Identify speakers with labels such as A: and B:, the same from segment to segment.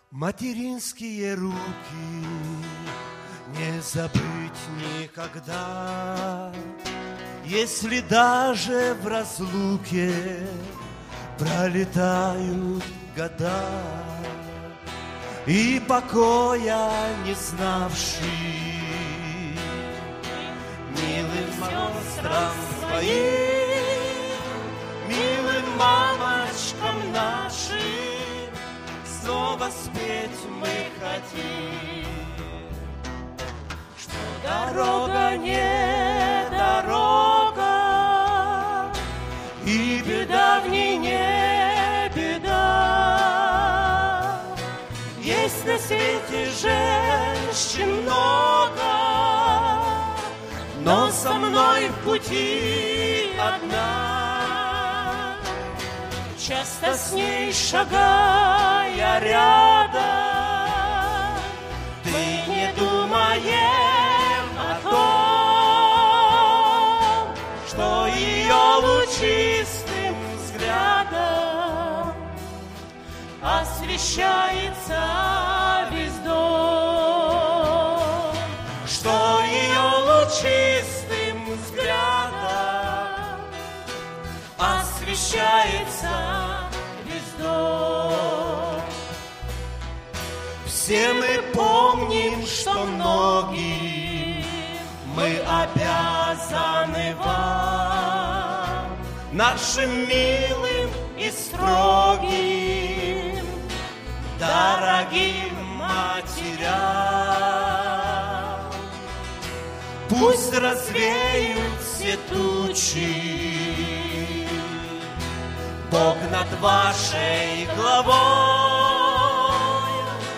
A: Материнские руки не забыть никогда, если даже в разлуке пролетают года, и покоя не знавший, милым монстрам своим, милым мамочкам нашим, снова спеть мы хотим, что дорога не дорога, и беда в ней не беда. Есть на свете женщин много, но со мной в пути одна. Часто с ней шагая рядом, мы не думаем о том, что ее лучистым взглядом освещается весь дом, что ее лучистым взглядом освещается весь дом. Все мы помним, что многим мы обязаны вам, нашим милым и строгим, дорогим матерям. Пусть развеют все тучи, Бог над вашей головой,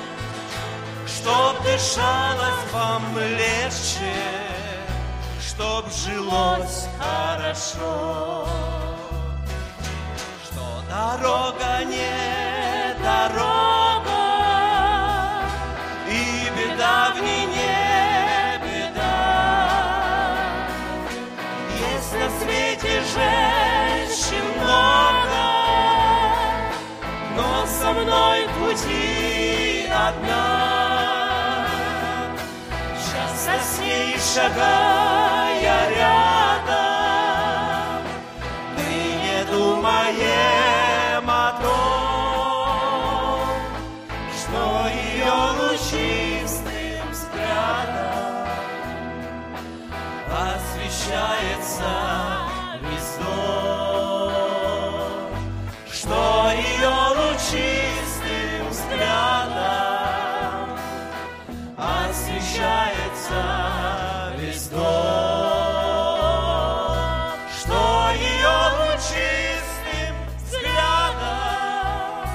A: чтоб дышалось вам легче, чтоб жилось хорошо, что дорога не дорога, и беда в ней не беда. Есть на свете женщин много, но со мной в пути одна. Часто с ней шагая рядом, мы не думаем о том, что ее лучистым взглядом освещается весь дом, что ее лучистым взглядом освещается весь дом, что ее лучистым взглядом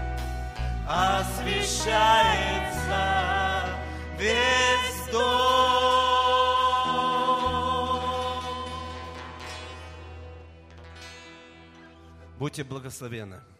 A: освещается весь дом. Будьте благословенны.